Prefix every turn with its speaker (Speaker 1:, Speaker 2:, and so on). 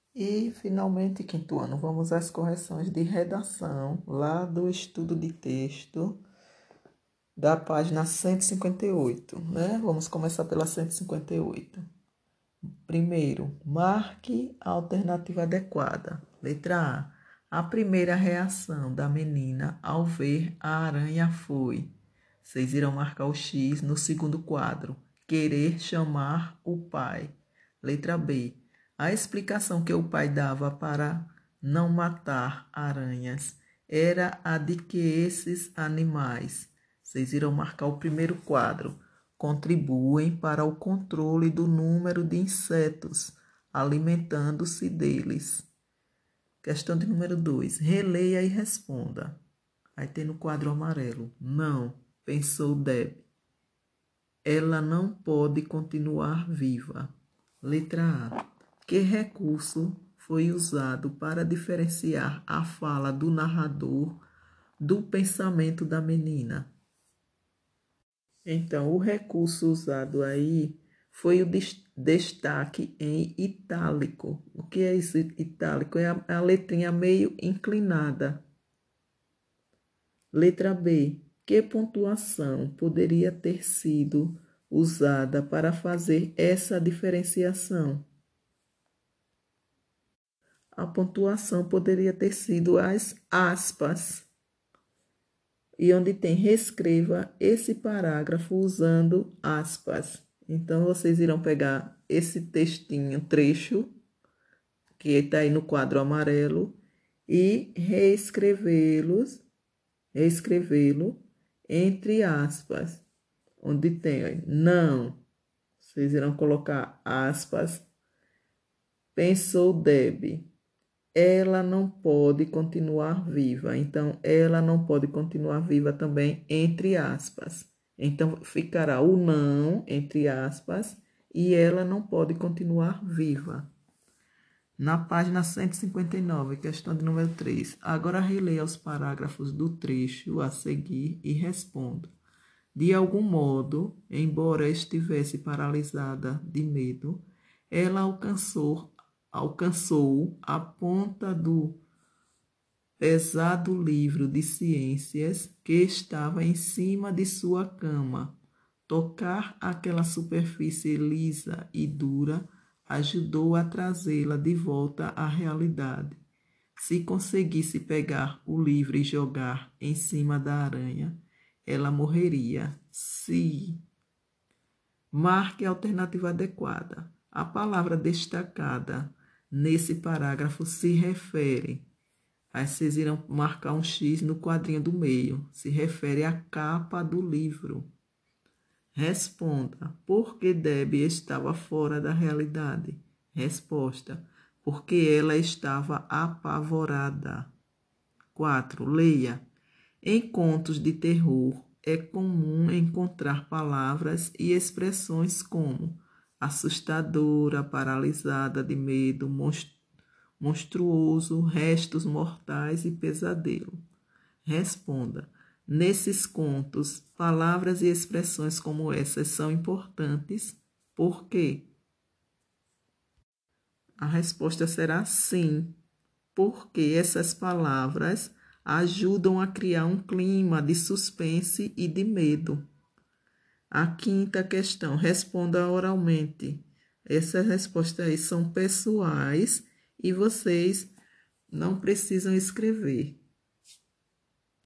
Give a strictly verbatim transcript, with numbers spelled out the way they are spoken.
Speaker 1: E, finalmente, quinto ano, vamos às correções de redação, lá do estudo de texto, da página cento e cinquenta e oito, né? Vamos começar pela cento e cinquenta e oito. Primeiro, marque a alternativa adequada. Letra A. A primeira reação da menina ao ver a aranha foi. Vocês irão marcar o X no segundo quadro. Querer chamar o pai. Letra B. A explicação que o pai dava para não matar aranhas era a de que esses animais, vocês irão marcar o primeiro quadro, contribuem para o controle do número de insetos, alimentando-se deles. Questão de número dois. Releia e responda. Aí tem no quadro amarelo. Não, pensou Deb. Ela não pode continuar viva. Letra A. Que recurso foi usado para diferenciar a fala do narrador do pensamento da menina? Então, o recurso usado aí foi o destaque em itálico. O que é isso itálico? É a, a letrinha meio inclinada. Letra B. Que pontuação poderia ter sido usada para fazer essa diferenciação? A pontuação poderia ter sido as aspas. E onde tem reescreva esse parágrafo usando aspas. Então, vocês irão pegar esse textinho, trecho, que está aí no quadro amarelo, e reescrevê-los, reescrevê-lo entre aspas, onde tem não. Vocês irão colocar aspas. Pensou Deb. Ela não pode continuar viva. Então, ela não pode continuar viva também, entre aspas. Então, ficará o não, entre aspas, e ela não pode continuar viva. Na página cento e cinquenta e nove, questão de número três. Agora releia os parágrafos do trecho a seguir e responda. De algum modo, embora estivesse paralisada de medo, ela alcançou alcançou a ponta do pesado livro de ciências que estava em cima de sua cama. Tocar aquela superfície lisa e dura ajudou a trazê-la de volta à realidade. Se conseguisse pegar o livro e jogar em cima da aranha, ela morreria. Se marque a alternativa adequada. A palavra destacada nesse parágrafo se refere. Aí vocês irão marcar um X no quadrinho do meio. Se refere à capa do livro. Responda. Por que Debbie estava fora da realidade? Resposta. Porque ela estava apavorada. quatro. Leia. Em contos de terror, é comum encontrar palavras e expressões como assustadora, paralisada de medo, monstruoso, restos mortais e pesadelo. Responda. Nesses contos, palavras e expressões como essas são importantes. Por quê? A resposta será sim, porque essas palavras ajudam a criar um clima de suspense e de medo. A quinta questão, responda oralmente. Essas respostas aí são pessoais e vocês não precisam escrever.